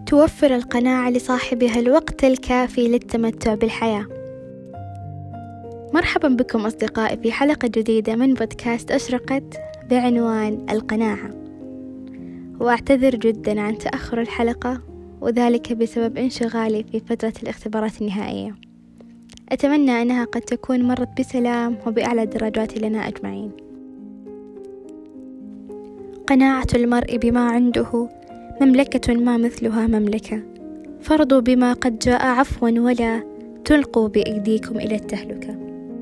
توفر القناعة لصاحبها الوقت الكافي للتمتع بالحياة. مرحبا بكم أصدقائي في حلقة جديدة من بودكاست أشرقت بعنوان القناعة. وأعتذر جدا عن تأخر الحلقة، وذلك بسبب انشغالي في فترة الاختبارات النهائية. أتمنى أنها قد تكون مرت بسلام وبأعلى الدرجات لنا أجمعين. قناعة المرء بما عنده مملكة ما مثلها مملكة، فرضوا بما قد جاء عفوا ولا تلقوا بأيديكم إلى التهلكة.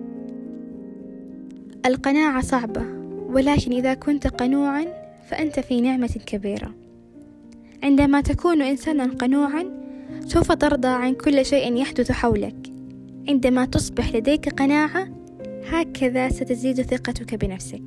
القناعة صعبة، ولكن إذا كنت قنوعا فأنت في نعمة كبيرة. عندما تكون إنسانا قنوعا سوف ترضى عن كل شيء يحدث حولك. عندما تصبح لديك قناعة هكذا ستزيد ثقتك بنفسك.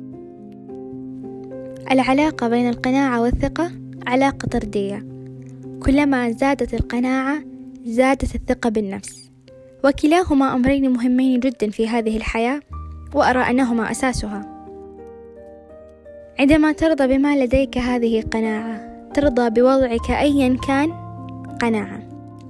العلاقة بين القناعة والثقة علاقة طردية، كلما زادت القناعة زادت الثقة بالنفس، وكلاهما أمرين مهمين جدا في هذه الحياة، وأرى أنهما أساسها. عندما ترضى بما لديك هذه قناعة، ترضى بوضعك أيا كان قناعة.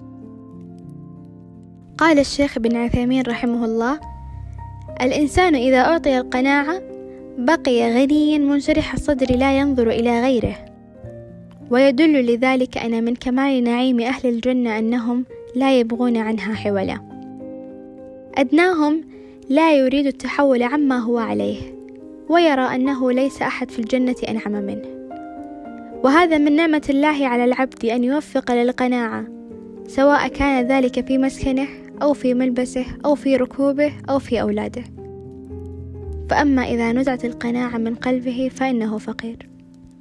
قال الشيخ ابن عثيمين رحمه الله: الإنسان إذا أعطي القناعة بقي غنيا منشرح الصدر لا ينظر إلى غيره، ويدل لذلك أن من كمال نعيم أهل الجنة أنهم لا يبغون عنها حولا. أدناهم لا يريد التحول عما هو عليه، ويرى أنه ليس أحد في الجنة أنعم منه. وهذا من نعمة الله على العبد أن يوفق للقناعة، سواء كان ذلك في مسكنه أو في ملبسه أو في ركوبه أو في أولاده. فأما إذا نزعت القناعة من قلبه فإنه فقير.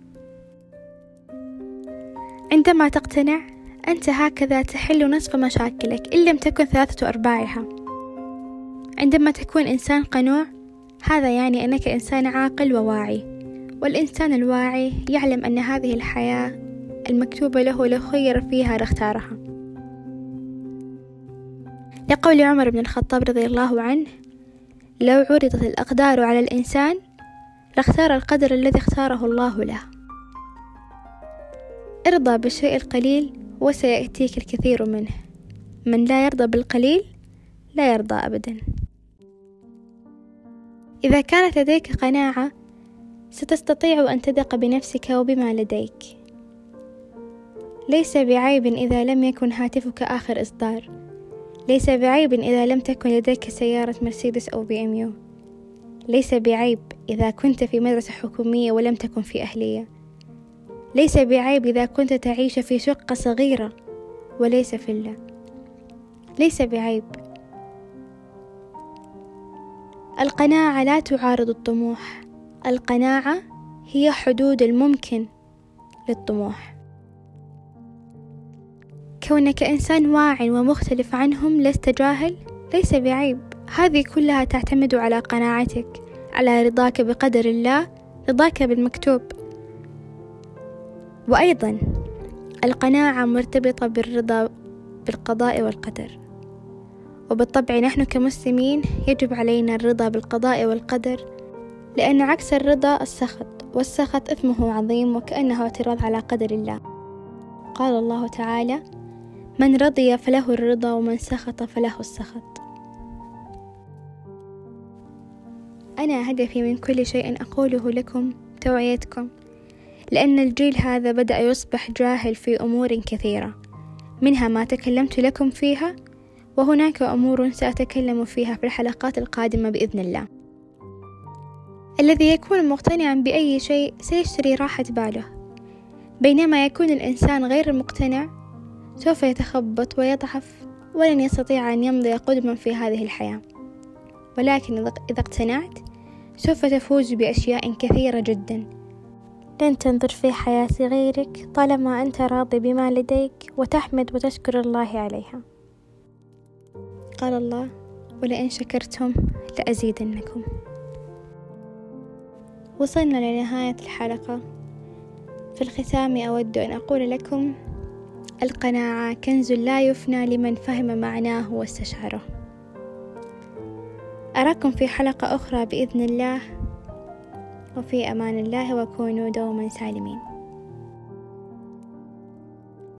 عندما تقتنع أنت هكذا تحل نصف مشاكلك إن لم تكن 3/4. عندما تكون إنسان قنوع هذا يعني أنك إنسان عاقل وواعي، والإنسان الواعي يعلم أن هذه الحياة المكتوبة له لو خير فيها لاختارها. لقول عمر بن الخطاب رضي الله عنه: لو عرضت الأقدار على الإنسان لاختار القدر الذي اختاره الله له. ارضى بالشيء القليل وسيأتيك الكثير منه. من لا يرضى بالقليل لا يرضى أبدا. إذا كانت لديك قناعة ستستطيع أن تثق بنفسك وبما لديك. ليس بعيب إذا لم يكن هاتفك آخر إصدار، ليس بعيب إذا لم تكن لديك سيارة مرسيدس أو BMW، ليس بعيب إذا كنت في مدرسة حكومية ولم تكن في أهلية، ليس بعيب إذا كنت تعيش في شقة صغيرة وليس فيلا، ليس بعيب. القناعة لا تعارض الطموح، القناعة هي حدود الممكن للطموح. كونك إنسان واع ومختلف عنهم لست جاهل ليس بعيب. هذه كلها تعتمد على قناعتك، على رضاك بقدر الله، رضاك بالمكتوب. وأيضا القناعة مرتبطة بالرضا بالقضاء والقدر، وبالطبع نحن كمسلمين يجب علينا الرضا بالقضاء والقدر، لأن عكس الرضا السخط، والسخط إثمه عظيم وكأنه اعتراض على قدر الله. قال الله تعالى: من رضي فله الرضا ومن سخط فله السخط. أنا هدفي من كل شيء أقوله لكم توعيتكم، لأن الجيل هذا بدأ يصبح جاهل في أمور كثيرة، منها ما تكلمت لكم فيها، وهناك أمور سأتكلم فيها في الحلقات القادمة بإذن الله. الذي يكون مقتنعا بأي شيء سيشتري راحة باله، بينما يكون الإنسان غير مقتنع سوف يتخبط ويضعف ولن يستطيع أن يمضي قدما في هذه الحياة. ولكن إذا اقتنعت سوف تفوز بأشياء كثيرة جدا. لن تنظر في حياة غيرك طالما أنت راضي بما لديك وتحمد وتشكر الله عليها. قال الله: ولئن شكرتم لأزيدنكم. وصلنا لنهاية الحلقة. في الختام أود أن أقول لكم: القناعة كنز لا يفنى لمن فهم معناه واستشعره. أراكم في حلقة أخرى بإذن الله، وفي أمان الله، وكونوا دوما سالمين.